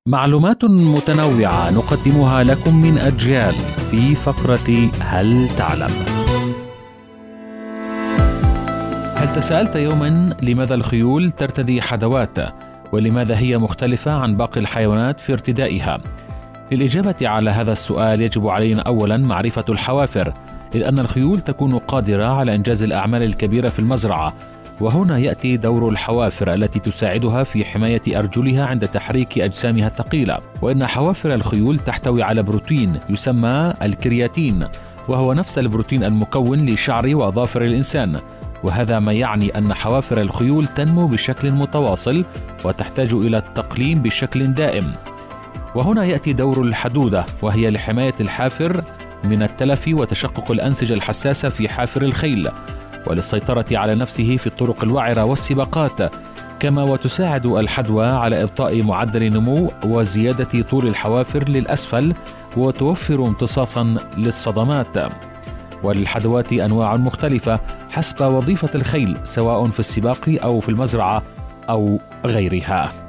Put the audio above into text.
معلومات متنوعة نقدمها لكم من أجيال في فقرة هل تعلم؟ هل تساءلت يوما لماذا الخيول ترتدي حدوات؟ ولماذا هي مختلفة عن باقي الحيوانات في ارتدائها؟ للإجابة على هذا السؤال يجب علينا أولا معرفة الحوافر، إذ أن الخيول تكون قادرة على إنجاز الأعمال الكبيرة في المزرعة، وهنا يأتي دور الحوافر التي تساعدها في حماية أرجلها عند تحريك أجسامها الثقيلة. وإن حوافر الخيول تحتوي على بروتين يسمى الكرياتين، وهو نفس البروتين المكون لشعر وأظافر الإنسان، وهذا ما يعني أن حوافر الخيول تنمو بشكل متواصل وتحتاج إلى التقليم بشكل دائم. وهنا يأتي دور الحدودة، وهي لحماية الحافر من التلف وتشقق الأنسجة الحساسة في حافر الخيل، وللسيطرة على نفسه في الطرق الوعرة والسباقات، كما وتساعد الحدوى على إبطاء معدل نمو وزيادة طول الحوافر للأسفل، وتوفر امتصاصا للصدمات. وللحدوات أنواع مختلفة حسب وظيفة الخيل، سواء في السباق أو في المزرعة أو غيرها.